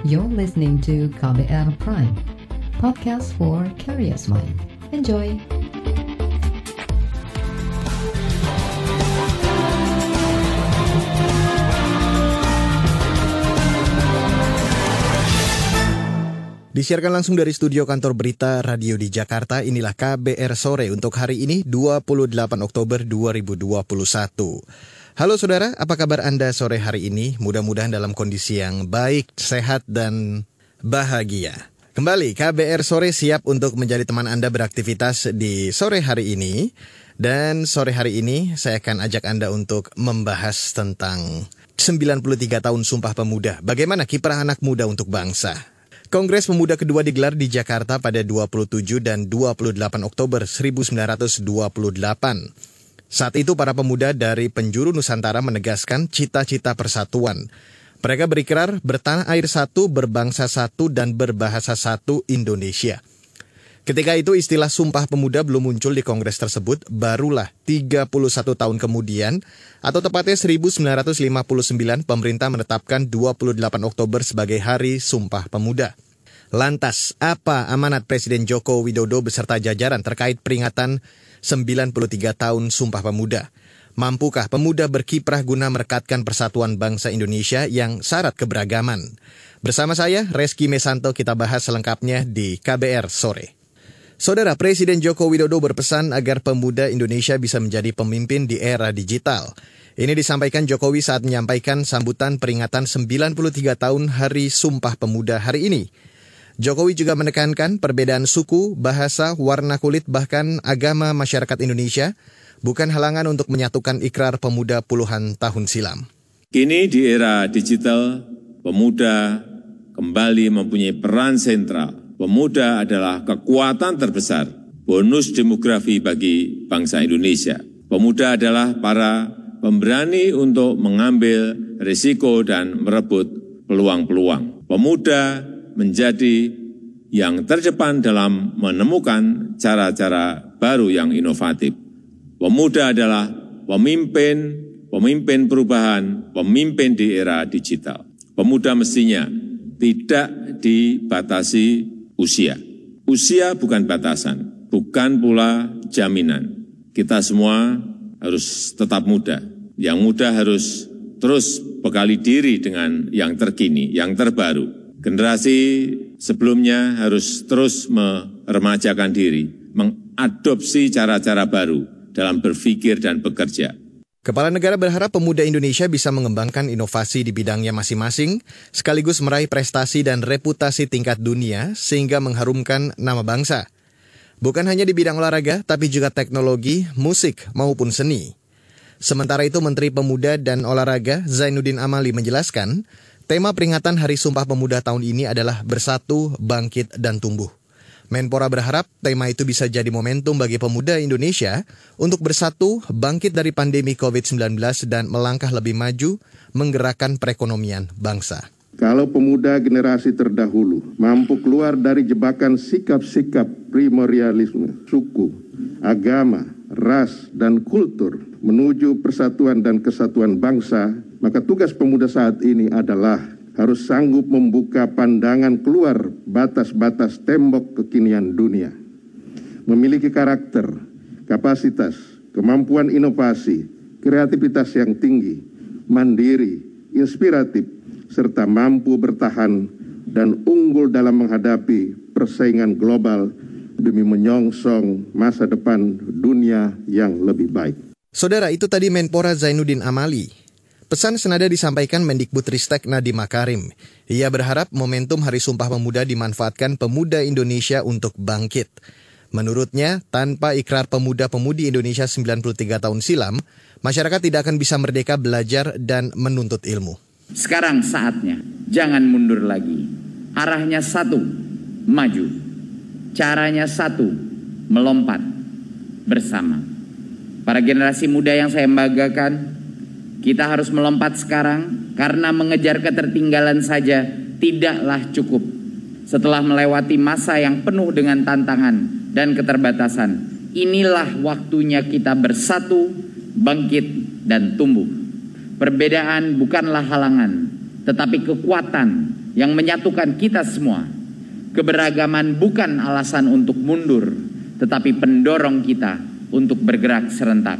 You're listening to KBR Prime, podcast for curious mind. Enjoy! Disiarkan langsung dari studio kantor berita radio di Jakarta, inilah KBR Sore untuk hari ini 28 Oktober 2021. Halo saudara, apa kabar Anda sore hari ini? Mudah-mudahan dalam kondisi yang baik, sehat, dan bahagia. Kembali, KBR Sore siap untuk menjadi teman Anda beraktivitas di sore hari ini. Dan sore hari ini saya akan ajak Anda untuk membahas tentang 93 tahun Sumpah Pemuda. Bagaimana kiprah anak muda untuk bangsa? Kongres Pemuda kedua digelar di Jakarta pada 27 dan 28 Oktober 1928. Saat itu para pemuda dari penjuru Nusantara menegaskan cita-cita persatuan. Mereka berikrar bertanah air satu, berbangsa satu, dan berbahasa satu Indonesia. Ketika itu istilah Sumpah Pemuda belum muncul di kongres tersebut, barulah 31 tahun kemudian, atau tepatnya 1959, pemerintah menetapkan 28 Oktober sebagai Hari Sumpah Pemuda. Lantas, apa amanat Presiden Joko Widodo beserta jajaran terkait peringatan 93 tahun Sumpah Pemuda? Mampukah pemuda berkiprah guna merekatkan persatuan bangsa Indonesia yang syarat keberagaman? Bersama saya, Reski Mesanto, kita bahas selengkapnya di KBR Sore. Saudara, Presiden Joko Widodo berpesan agar pemuda Indonesia bisa menjadi pemimpin di era digital. Ini disampaikan Jokowi saat menyampaikan sambutan peringatan 93 tahun Hari Sumpah Pemuda hari ini. Jokowi juga menekankan perbedaan suku, bahasa, warna kulit, bahkan agama masyarakat Indonesia bukan halangan untuk menyatukan ikrar pemuda puluhan tahun silam. Kini di era digital, pemuda kembali mempunyai peran sentral. Pemuda adalah kekuatan terbesar, bonus demografi bagi bangsa Indonesia. Pemuda adalah para pemberani untuk mengambil risiko dan merebut peluang-peluang. Pemuda menjadi yang terdepan dalam menemukan cara-cara baru yang inovatif. Pemuda adalah pemimpin perubahan, pemimpin di era digital. Pemuda mestinya tidak dibatasi usia. Usia bukan batasan, bukan pula jaminan. Kita semua harus tetap muda. Yang muda harus terus bekali diri dengan yang terkini, yang terbaru. Generasi sebelumnya harus terus meremajakan diri, mengadopsi cara-cara baru dalam berpikir dan bekerja. Kepala negara berharap pemuda Indonesia bisa mengembangkan inovasi di bidangnya masing-masing, sekaligus meraih prestasi dan reputasi tingkat dunia sehingga mengharumkan nama bangsa. Bukan hanya di bidang olahraga, tapi juga teknologi, musik, maupun seni. Sementara itu, Menteri Pemuda dan Olahraga Zainuddin Amali menjelaskan, tema peringatan Hari Sumpah Pemuda tahun ini adalah Bersatu, Bangkit, dan Tumbuh. Menpora berharap tema itu bisa jadi momentum bagi pemuda Indonesia untuk bersatu, bangkit dari pandemi COVID-19 dan melangkah lebih maju menggerakkan perekonomian bangsa. Kalau pemuda generasi terdahulu mampu keluar dari jebakan sikap-sikap primordialisme, suku, agama, ras, dan kultur menuju persatuan dan kesatuan bangsa, maka tugas pemuda saat ini adalah harus sanggup membuka pandangan keluar batas-batas tembok kekinian dunia. Memiliki karakter, kapasitas, kemampuan inovasi, kreativitas yang tinggi, mandiri, inspiratif, serta mampu bertahan dan unggul dalam menghadapi persaingan global demi menyongsong masa depan dunia yang lebih baik. Saudara, itu tadi Menpora Zainuddin Amali. Pesan senada disampaikan Mendikbudristek Nadiem Makarim. Ia berharap momentum Hari Sumpah Pemuda dimanfaatkan pemuda Indonesia untuk bangkit. Menurutnya, tanpa ikrar pemuda-pemudi Indonesia 93 tahun silam, masyarakat tidak akan bisa merdeka belajar dan menuntut ilmu. Sekarang saatnya, jangan mundur lagi. Arahnya satu, maju. Caranya satu, melompat bersama. Para generasi muda yang saya banggakan, kita harus melompat sekarang karena mengejar ketertinggalan saja tidaklah cukup. Setelah melewati masa yang penuh dengan tantangan dan keterbatasan, inilah waktunya kita bersatu, bangkit, dan tumbuh. Perbedaan bukanlah halangan, tetapi kekuatan yang menyatukan kita semua. Keberagaman bukan alasan untuk mundur, tetapi pendorong kita untuk bergerak serentak.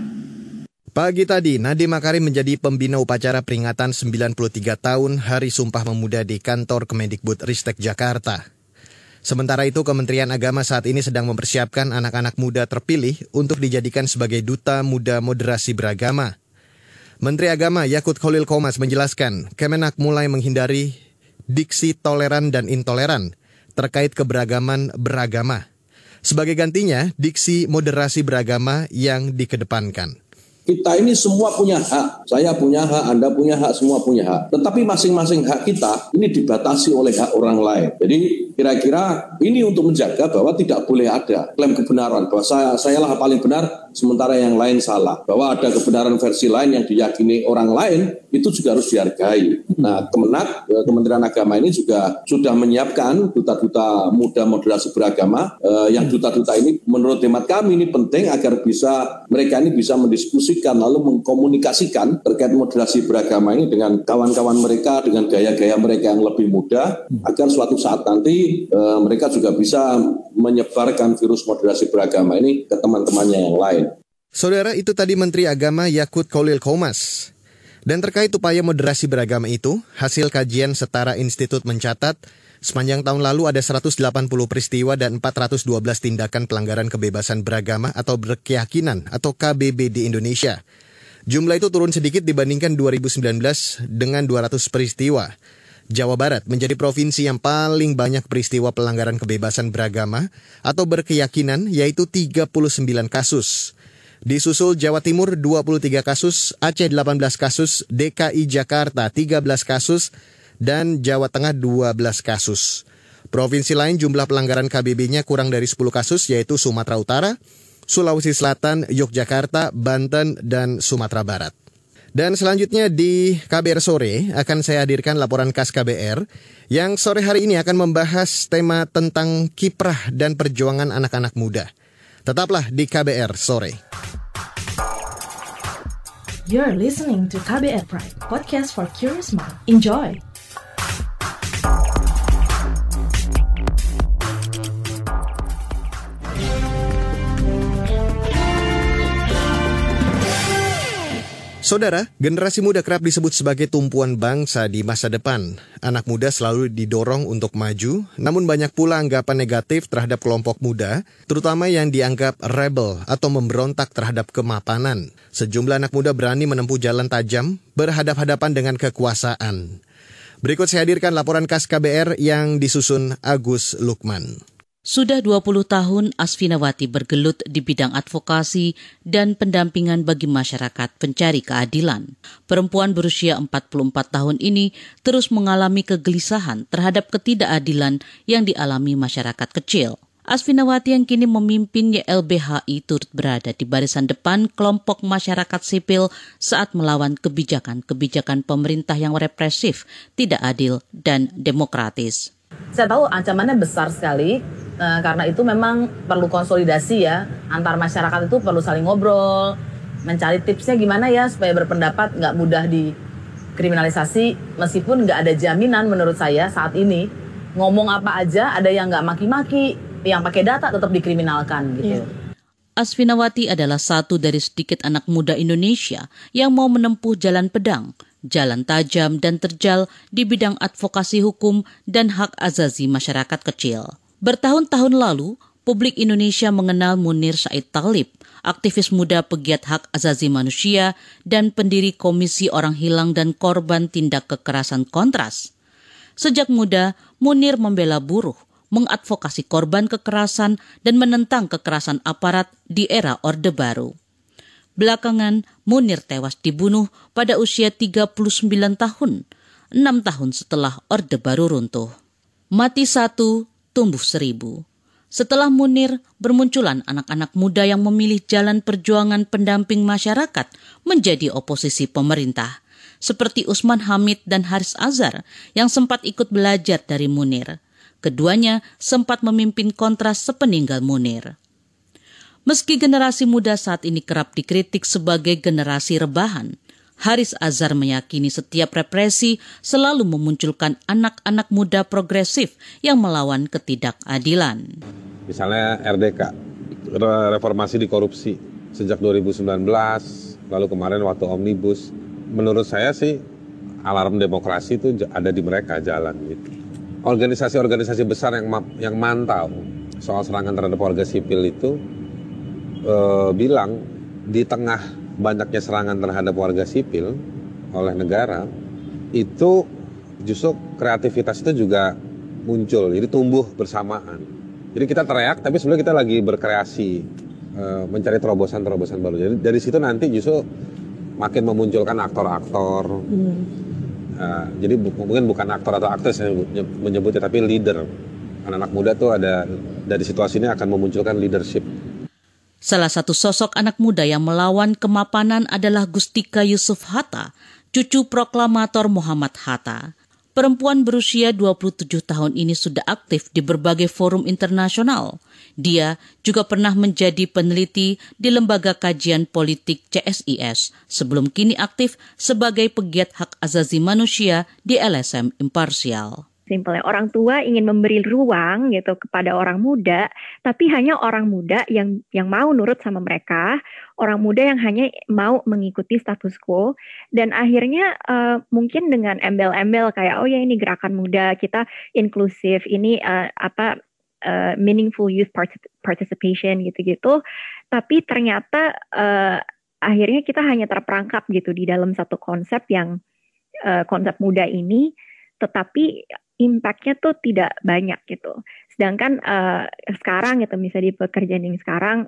Pagi tadi, Nadiem Makarim menjadi pembina upacara peringatan 93 tahun Hari Sumpah Pemuda di kantor Kemendikbudristek Jakarta. Sementara itu, Kementerian Agama saat ini sedang mempersiapkan anak-anak muda terpilih untuk dijadikan sebagai Duta Muda Moderasi Beragama. Menteri Agama Yakut Khalil Qomas menjelaskan, Kemenak mulai menghindari diksi toleran dan intoleran terkait keberagaman beragama. Sebagai gantinya, diksi moderasi beragama yang dikedepankan. Kita ini semua punya hak, saya punya hak, Anda punya hak, semua punya hak. Tetapi masing-masing hak kita ini dibatasi oleh hak orang lain. Jadi kira-kira ini untuk menjaga bahwa tidak boleh ada klaim kebenaran, bahwa saya lah paling benar, sementara yang lain salah. Bahwa ada kebenaran versi lain yang diyakini orang lain, itu juga harus dihargai. Nah, Kementerian Agama ini juga sudah menyiapkan duta-duta muda moderasi beragama, yang duta-duta ini menurut hemat kami ini penting agar mereka ini bisa mendiskusikan lalu mengkomunikasikan terkait moderasi beragama ini dengan kawan-kawan mereka, dengan gaya-gaya mereka yang lebih muda, agar suatu saat nanti mereka juga bisa menyebarkan virus moderasi beragama ini ke teman-temannya yang lain. Saudara, itu tadi Menteri Agama Yakut Khalil Qomas. Dan terkait upaya moderasi beragama itu, hasil kajian Setara Institut mencatat, sepanjang tahun lalu ada 180 peristiwa dan 412 tindakan pelanggaran kebebasan beragama atau berkeyakinan atau KBB di Indonesia. Jumlah itu turun sedikit dibandingkan 2019 dengan 200 peristiwa. Jawa Barat menjadi provinsi yang paling banyak peristiwa pelanggaran kebebasan beragama atau berkeyakinan, yaitu 39 kasus. Disusul Jawa Timur 23 kasus, Aceh 18 kasus, DKI Jakarta 13 kasus, dan Jawa Tengah 12 kasus. Provinsi lain jumlah pelanggaran KBB-nya kurang dari 10 kasus, yaitu Sumatera Utara, Sulawesi Selatan, Yogyakarta, Banten, dan Sumatera Barat. Dan selanjutnya di KBR Sore akan saya hadirkan laporan khas KBR yang sore hari ini akan membahas tema tentang kiprah dan perjuangan anak-anak muda. Tetaplah di KBR Sore. You're listening to KBR Pride, podcast for curious mind. Enjoy! Saudara, generasi muda kerap disebut sebagai tumpuan bangsa di masa depan. Anak muda selalu didorong untuk maju, namun banyak pula anggapan negatif terhadap kelompok muda, terutama yang dianggap rebel atau memberontak terhadap kemapanan. Sejumlah anak muda berani menempuh jalan tajam, berhadap-hadapan dengan kekuasaan. Berikut saya hadirkan laporan khas KBR yang disusun Agus Lukman. Sudah 20 tahun Asfinawati bergelut di bidang advokasi dan pendampingan bagi masyarakat pencari keadilan. Perempuan berusia 44 tahun ini terus mengalami kegelisahan terhadap ketidakadilan yang dialami masyarakat kecil. Asfinawati yang kini memimpin YLBHI turut berada di barisan depan kelompok masyarakat sipil saat melawan kebijakan-kebijakan pemerintah yang represif, tidak adil, dan demokratis. Saya tahu ancamannya besar sekali, karena itu memang perlu konsolidasi ya, antar masyarakat itu perlu saling ngobrol, mencari tipsnya gimana ya supaya berpendapat nggak mudah dikriminalisasi, meskipun nggak ada jaminan menurut saya saat ini, ngomong apa aja ada yang nggak maki-maki, yang pakai data tetap dikriminalkan gitu. Asfinawati adalah satu dari sedikit anak muda Indonesia yang mau menempuh jalan pedang, jalan tajam dan terjal di bidang advokasi hukum dan hak asasi masyarakat kecil. Bertahun-tahun lalu, publik Indonesia mengenal Munir Said Talib, aktivis muda pegiat hak asasi manusia dan pendiri Komisi Orang Hilang dan Korban Tindak Kekerasan Kontras. Sejak muda, Munir membela buruh, mengadvokasi korban kekerasan dan menentang kekerasan aparat di era Orde Baru. Belakangan, Munir tewas dibunuh pada usia 39 tahun, 6 tahun setelah Orde Baru runtuh. Mati satu, tumbuh 1000. Setelah Munir, bermunculan anak-anak muda yang memilih jalan perjuangan pendamping masyarakat menjadi oposisi pemerintah, seperti Usman Hamid dan Haris Azhar yang sempat ikut belajar dari Munir. Keduanya sempat memimpin Kontras sepeninggal Munir. Meski generasi muda saat ini kerap dikritik sebagai generasi rebahan, Haris Azhar meyakini setiap represi selalu memunculkan anak-anak muda progresif yang melawan ketidakadilan. Misalnya RDK, reformasi di korupsi sejak 2019, lalu kemarin waktu Omnibus. Menurut saya sih alarm demokrasi itu ada di mereka jalan gitu. Organisasi-organisasi besar yang mantau soal serangan terhadap warga sipil itu bilang di tengah banyaknya serangan terhadap warga sipil oleh negara, itu justru kreativitas itu juga muncul, jadi tumbuh bersamaan. Jadi kita teriak, tapi sebenarnya kita lagi berkreasi, mencari terobosan-terobosan baru. Jadi dari situ nanti justru makin memunculkan aktor-aktor. Jadi mungkin bukan aktor atau aktris yang menyebutnya, tapi leader. Anak-anak muda tuh ada dari situasi ini akan memunculkan leadership. Salah satu sosok anak muda yang melawan kemapanan adalah Gustika Yusuf Hatta, cucu proklamator Muhammad Hatta. Perempuan berusia 27 tahun ini sudah aktif di berbagai forum internasional. Dia juga pernah menjadi peneliti di Lembaga Kajian Politik CSIS, sebelum kini aktif sebagai pegiat hak asasi manusia di LSM Imparsial. Simpelnya orang tua ingin memberi ruang gitu kepada orang muda, tapi hanya orang muda yang mau nurut sama mereka, orang muda yang hanya mau mengikuti status quo, dan akhirnya mungkin dengan embel-embel kayak oh ya ini gerakan muda, kita inklusif, ini meaningful youth participation gitu-gitu, tapi ternyata akhirnya kita hanya terperangkap gitu di dalam satu konsep yang konsep muda ini, tetapi impact-nya tuh tidak banyak gitu. Sedangkan sekarang gitu, misalnya di pekerjaan yang sekarang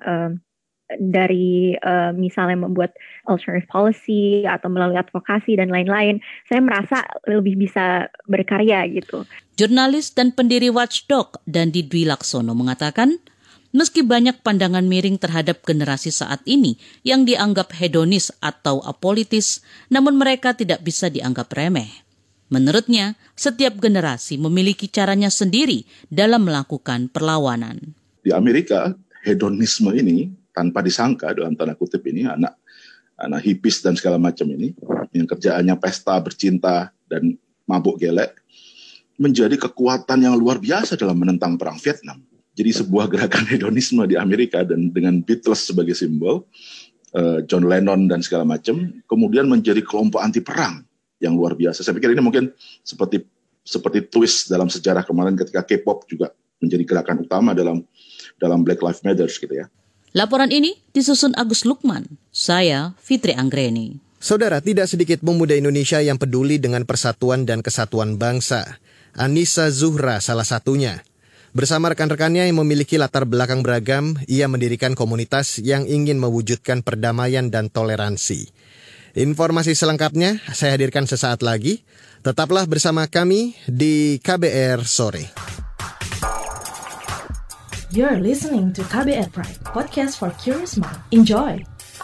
dari misalnya membuat alternative policy atau melalui advokasi dan lain-lain, saya merasa lebih bisa berkarya gitu. Jurnalis dan pendiri Watchdog Dandi Dwi Laksono mengatakan, meski banyak pandangan miring terhadap generasi saat ini yang dianggap hedonis atau apolitis, namun mereka tidak bisa dianggap remeh. Menurutnya, setiap generasi memiliki caranya sendiri dalam melakukan perlawanan. Di Amerika, hedonisme ini tanpa disangka dalam tanda kutip ini anak hippies dan segala macam ini yang kerjaannya pesta, bercinta dan mabuk gelek menjadi kekuatan yang luar biasa dalam menentang perang Vietnam. Jadi sebuah gerakan hedonisme di Amerika dan dengan Beatles sebagai simbol, John Lennon dan segala macam, kemudian menjadi kelompok anti perang yang luar biasa. Saya pikir ini mungkin seperti twist dalam sejarah kemarin ketika K-pop juga menjadi gerakan utama dalam Black Lives Matter gitu ya. Laporan ini disusun Agus Lukman. Saya Fitri Anggreni. Saudara, tidak sedikit pemuda Indonesia yang peduli dengan persatuan dan kesatuan bangsa. Anissa Zuhra salah satunya. Bersama rekan-rekannya yang memiliki latar belakang beragam, ia mendirikan komunitas yang ingin mewujudkan perdamaian dan toleransi. Informasi selengkapnya saya hadirkan sesaat lagi. Tetaplah bersama kami di KBR Sore. You're listening to KBR Pride, podcast for curious mind. Enjoy!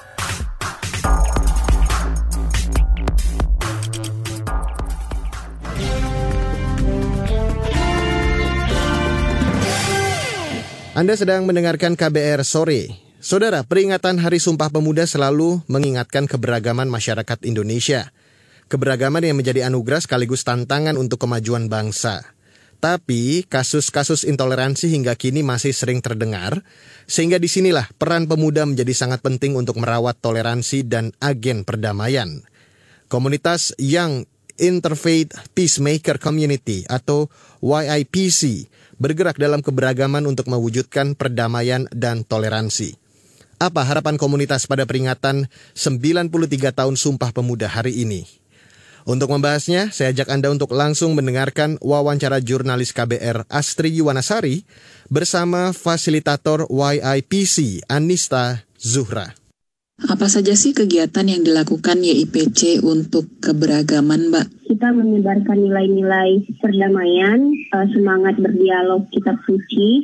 Anda sedang mendengarkan KBR Sore. Saudara, peringatan Hari Sumpah Pemuda selalu mengingatkan keberagaman masyarakat Indonesia. Keberagaman yang menjadi anugerah sekaligus tantangan untuk kemajuan bangsa. Tapi, kasus-kasus intoleransi hingga kini masih sering terdengar, sehingga disinilah peran pemuda menjadi sangat penting untuk merawat toleransi dan agen perdamaian. Komunitas Young Interfaith Peacemaker Community atau YIPC bergerak dalam keberagaman untuk mewujudkan perdamaian dan toleransi. Apa harapan komunitas pada peringatan 93 tahun Sumpah Pemuda hari ini? Untuk membahasnya, saya ajak Anda untuk langsung mendengarkan wawancara jurnalis KBR Astri Yuwanasari bersama fasilitator YIPC Anissa Zuhra. Apa saja sih kegiatan yang dilakukan YIPC untuk keberagaman, Mbak? Kita menyebarkan nilai-nilai perdamaian, semangat berdialog kitab suci,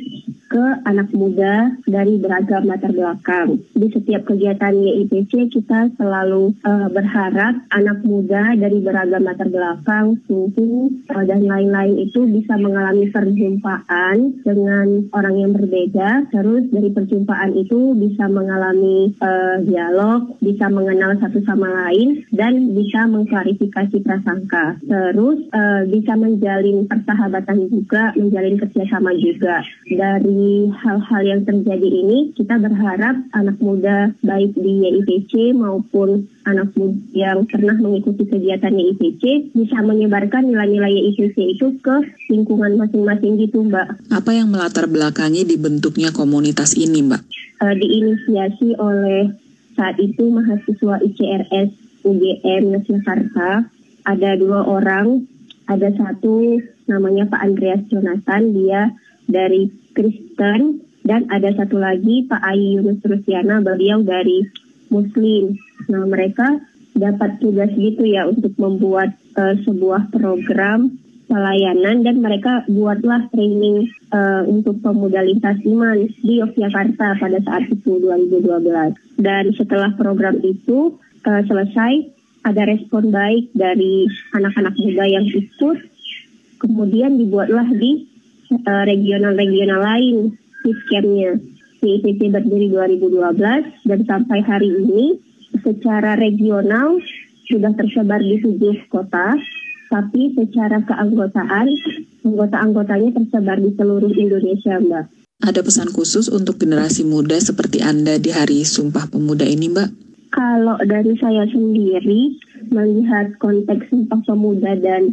ke anak muda dari beragam latar belakang. Di setiap kegiatan YIPC kita selalu berharap anak muda dari beragam latar belakang, suku, dan lain-lain itu bisa mengalami perjumpaan dengan orang yang berbeda. Terus dari perjumpaan itu bisa mengalami dialog, bisa mengenal satu sama lain, dan bisa mengklarifikasi prasangka. Terus bisa menjalin persahabatan juga, menjalin kerjasama juga. Dari hal-hal yang terjadi ini, kita berharap anak muda baik di YIPC maupun anak muda yang pernah mengikuti kegiatan YIPC bisa menyebarkan nilai-nilai YIPC itu ke lingkungan masing-masing gitu, Mbak. Apa yang melatar belakangi dibentuknya komunitas ini, Mbak? Diinisiasi oleh saat itu mahasiswa ICRS UGM Yogyakarta. Ada 2 orang, ada satu namanya Pak Andreas Jonathan, dia dari Kristen, dan ada satu lagi Pak Ayi Yunus Rusiana, beliau dari Muslim. Nah, mereka dapat tugas gitu ya untuk membuat sebuah program pelayanan, dan mereka buatlah training untuk pemuda lintas iman di Yogyakarta pada saat itu 2012. Dan setelah program itu selesai, ada respon baik dari anak-anak muda yang ikut, kemudian dibuatlah di regional-regional lain sistemnya. YIPC berdiri 2012 dan sampai hari ini secara regional sudah tersebar di 7 kota, tapi secara keanggotaan, anggota-anggotanya tersebar di seluruh Indonesia, Mbak. Ada pesan khusus untuk generasi muda seperti Anda di Hari Sumpah Pemuda ini, Mbak? Kalau dari saya sendiri, melihat konteks Sumpah Pemuda dan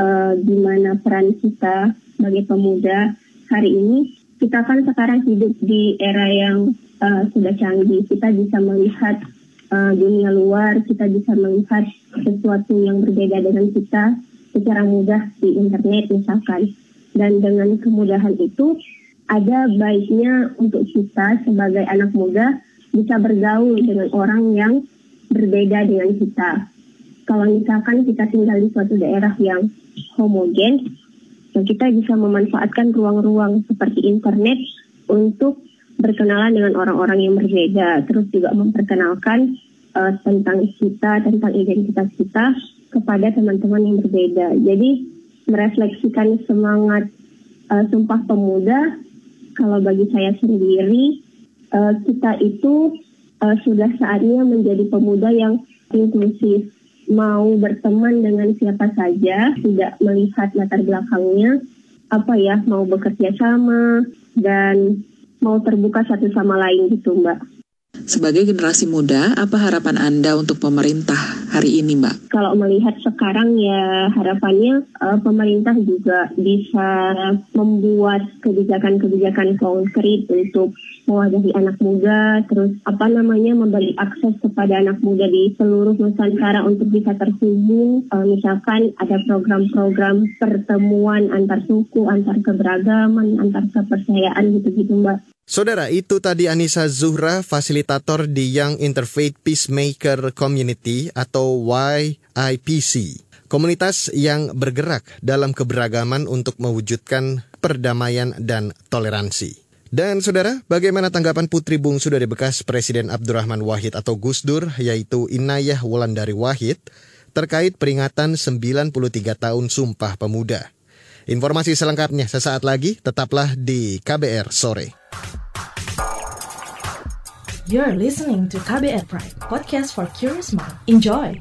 gimana peran kita sebagai pemuda hari ini, kita kan sekarang hidup di era yang sudah canggih. Kita bisa melihat dunia luar, kita bisa melihat sesuatu yang berbeda dengan kita secara mudah di internet misalkan. Dan dengan kemudahan itu, ada baiknya untuk kita sebagai anak muda bisa bergaul dengan orang yang berbeda dengan kita. Kalau misalkan kita tinggal di suatu daerah yang homogen, kita bisa memanfaatkan ruang-ruang seperti internet untuk berkenalan dengan orang-orang yang berbeda, terus juga memperkenalkan tentang kita, tentang identitas kita kepada teman-teman yang berbeda. Jadi merefleksikan semangat Sumpah Pemuda, kalau bagi saya sendiri, kita itu sudah saatnya menjadi pemuda yang inklusif, mau berteman dengan siapa saja, tidak melihat latar belakangnya, mau bekerja sama, dan mau terbuka satu sama lain gitu, Mbak. Sebagai generasi muda, apa harapan Anda untuk pemerintah hari ini, Mbak? Kalau melihat sekarang ya harapannya pemerintah juga bisa membuat kebijakan-kebijakan konkret untuk mewadahi anak muda, terus memberi akses kepada anak muda di seluruh Nusantara untuk bisa terhubung. Misalkan ada program-program pertemuan antar suku, antar keberagaman, antar kepercayaan gitu-gitu, Mbak. Saudara, itu tadi Anissa Zuhra, fasilitator di Young Interfaith Peacemaker Community atau YIPC, komunitas yang bergerak dalam keberagaman untuk mewujudkan perdamaian dan toleransi. Dan saudara, bagaimana tanggapan putri bungsu dari bekas Presiden Abdurrahman Wahid atau Gus Dur, yaitu Inayah Wulandari Wahid, terkait peringatan 93 tahun Sumpah Pemuda? Informasi selengkapnya sesaat lagi, tetaplah di KBR Sore. You're listening to KBR Pride, podcast for curious mind. Enjoy!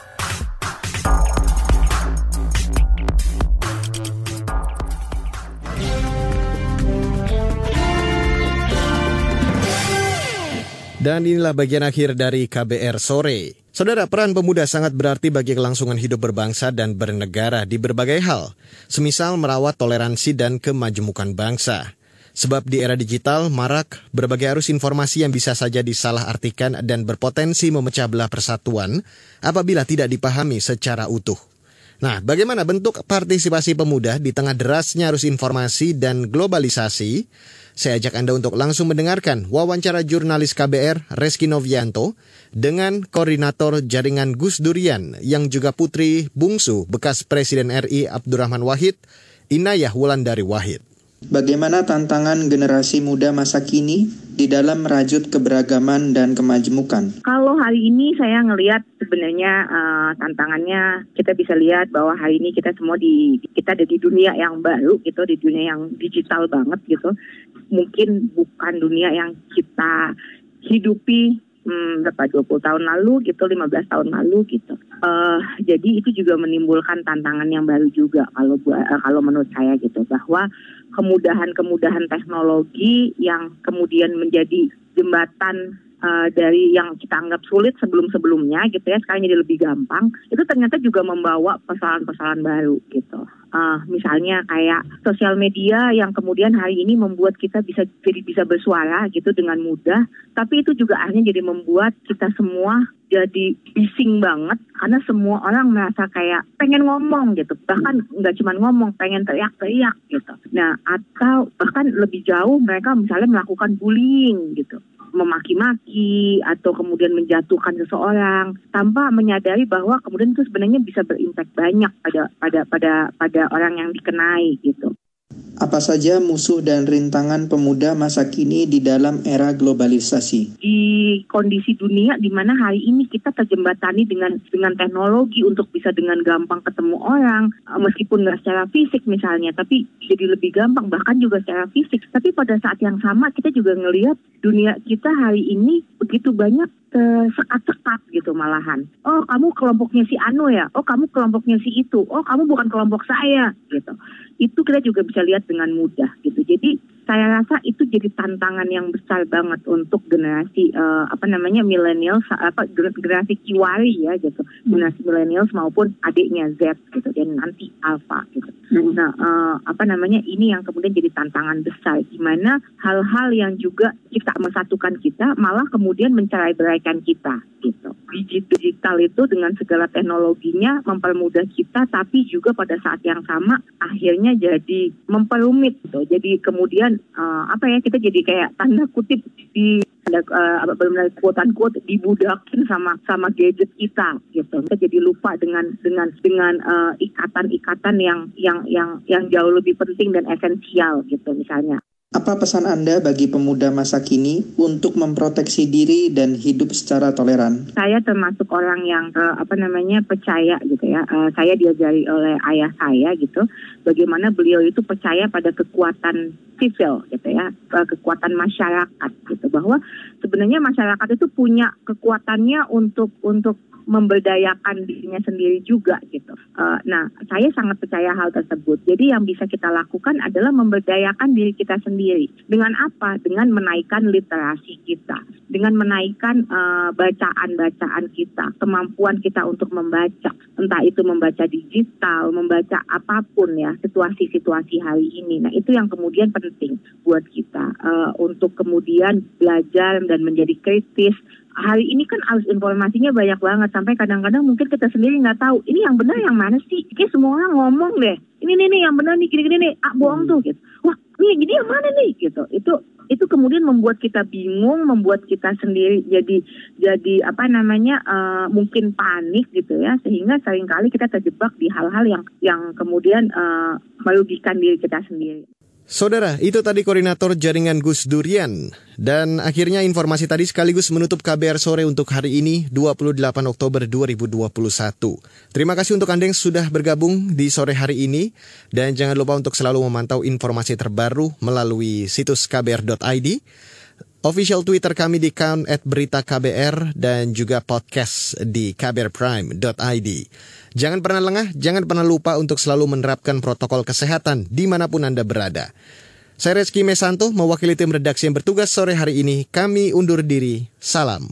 Dan inilah bagian akhir dari KBR Sore. Saudara, peran pemuda sangat berarti bagi kelangsungan hidup berbangsa dan bernegara di berbagai hal, semisal merawat toleransi dan kemajemukan bangsa. Sebab di era digital, marak berbagai arus informasi yang bisa saja disalahartikan dan berpotensi memecah belah persatuan apabila tidak dipahami secara utuh. Nah, bagaimana bentuk partisipasi pemuda di tengah derasnya arus informasi dan globalisasi? Saya ajak Anda untuk langsung mendengarkan wawancara jurnalis KBR Reski Novianto dengan Koordinator Jaringan Gus Durian yang juga putri bungsu bekas Presiden RI Abdurrahman Wahid, Inayah Wulandari Wahid. Bagaimana tantangan generasi muda masa kini di dalam merajut keberagaman dan kemajemukan? Kalau hari ini saya ngelihat sebenarnya tantangannya kita bisa lihat bahwa hari ini kita semua kita ada di dunia yang baru gitu, di dunia yang digital banget gitu. Mungkin bukan dunia yang kita hidupi 20 tahun lalu gitu, 15 tahun lalu gitu. Jadi itu juga menimbulkan tantangan yang baru juga kalau menurut saya gitu, bahwa kemudahan-kemudahan teknologi yang kemudian menjadi jembatan dari yang kita anggap sulit sebelum-sebelumnya gitu ya, sekarang jadi lebih gampang, itu ternyata juga membawa persoalan-persoalan baru gitu. Misalnya kayak sosial media yang kemudian hari ini membuat kita bisa bersuara gitu dengan mudah, tapi itu juga akhirnya jadi membuat kita semua jadi bising banget karena semua orang merasa kayak pengen ngomong gitu, bahkan nggak cuma ngomong, pengen teriak-teriak gitu. Nah, atau bahkan lebih jauh mereka misalnya melakukan bullying gitu, memaki-maki atau kemudian menjatuhkan seseorang tanpa menyadari bahwa kemudian itu sebenarnya bisa berimpak banyak pada orang yang dikenai gitu. Apa saja musuh dan rintangan pemuda masa kini di dalam era globalisasi? Di kondisi dunia di mana hari ini kita terjembatani dengan teknologi untuk bisa dengan gampang ketemu orang, meskipun nggak secara fisik misalnya, tapi jadi lebih gampang bahkan juga secara fisik. Tapi pada saat yang sama kita juga ngelihat dunia kita hari ini begitu banyak sekat-sekat gitu malahan. Oh, kamu kelompoknya si Anu ya? Oh, kamu kelompoknya si itu? Oh, kamu bukan kelompok saya gitu. Itu kita juga bisa lihat dengan mudah gitu. Jadi saya rasa itu jadi tantangan yang besar banget untuk generasi millennials, generasi Kiwari ya gitu, generasi millennials maupun adiknya Z gitu, dan nanti Alpha gitu. Nah, ini yang kemudian jadi tantangan besar, di mana hal-hal yang juga kita mesatukan kita malah kemudian mencerai-beraikan kita gitu. Digital itu dengan segala teknologinya mempermudah kita, tapi juga pada saat yang sama akhirnya jadi memperumit gitu. Jadi kemudian kita jadi kayak tanda kutip benar-benar quote-unquote dibudakin sama gadget kita gitu. Kita jadi lupa dengan ikatan-ikatan yang jauh lebih penting dan esensial gitu misalnya. Apa pesan Anda bagi pemuda masa kini untuk memproteksi diri dan hidup secara toleran? Saya termasuk orang yang percaya gitu ya. Saya diajari oleh ayah saya gitu, bagaimana beliau itu percaya pada kekuatan sivil gitu ya, kekuatan masyarakat gitu, bahwa sebenarnya masyarakat itu punya kekuatannya untuk memberdayakan dirinya sendiri juga gitu. Nah, saya sangat percaya hal tersebut. Jadi yang bisa kita lakukan adalah memberdayakan diri kita sendiri. Dengan apa? Dengan menaikkan literasi kita, dengan menaikkan bacaan-bacaan kita, kemampuan kita untuk membaca, entah itu membaca digital, membaca apapun ya, situasi-situasi hari ini. Nah, itu yang kemudian penting buat kita untuk kemudian belajar dan menjadi kritis. Hari ini kan arus informasinya banyak banget, sampai kadang-kadang mungkin kita sendiri nggak tahu ini yang benar yang mana sih. Kayak semua orang ngomong deh, ini yang benar nih, gini-gini nih, bohong tuh gitu. Wah, ini yang mana nih gitu. Itu kemudian membuat kita bingung, membuat kita sendiri jadi mungkin panik gitu ya, sehingga seringkali kita terjebak di hal-hal yang kemudian merugikan diri kita sendiri. Saudara, itu tadi Koordinator Jaringan Gus Durian. Dan akhirnya informasi tadi sekaligus menutup KBR Sore untuk hari ini, 28 Oktober 2021. Terima kasih untuk Anda yang sudah bergabung di sore hari ini. Dan jangan lupa untuk selalu memantau informasi terbaru melalui situs kbr.id, official Twitter kami di account @beritaKBR, dan juga podcast di kbrprime.id. Jangan pernah lengah, jangan pernah lupa untuk selalu menerapkan protokol kesehatan dimanapun Anda berada. Saya Reski Mesanto, mewakili tim redaksi yang bertugas sore hari ini. Kami undur diri. Salam.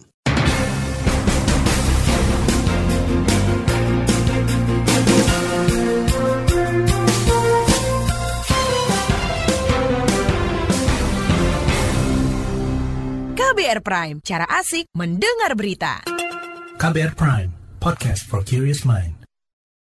KBR Prime, cara asik mendengar berita. KBR Prime, podcast for curious mind.